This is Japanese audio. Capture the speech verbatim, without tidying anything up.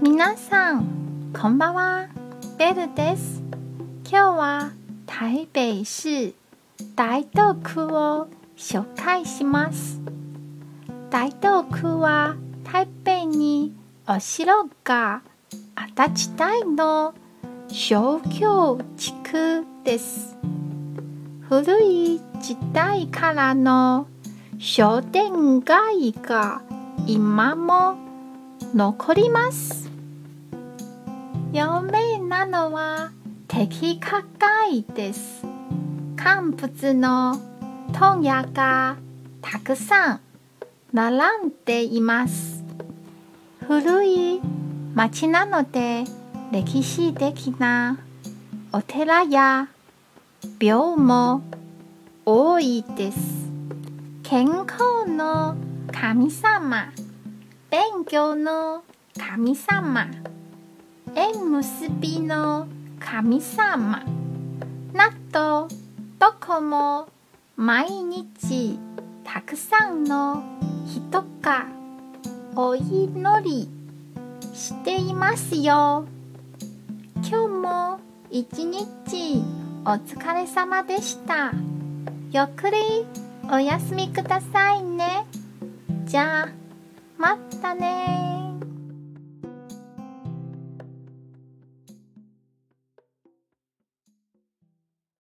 皆さん、こんばんは。ベルです。今日は台北市大東区を紹介します。大東区は台北にお城が足立台の商業地区です。古い時代からの商店街が今も残ります。有名なのは敵化街です。乾物の問屋がたくさん並んでいます。古い町なので歴史的なお寺や廟も多いです。健康の神様、勉強の神様、縁結びの神様など、どこも毎日たくさんの人がお祈りしていますよ。今日も一日お疲れ様でした。ゆっくりお休みくださいね。じゃあ、またね。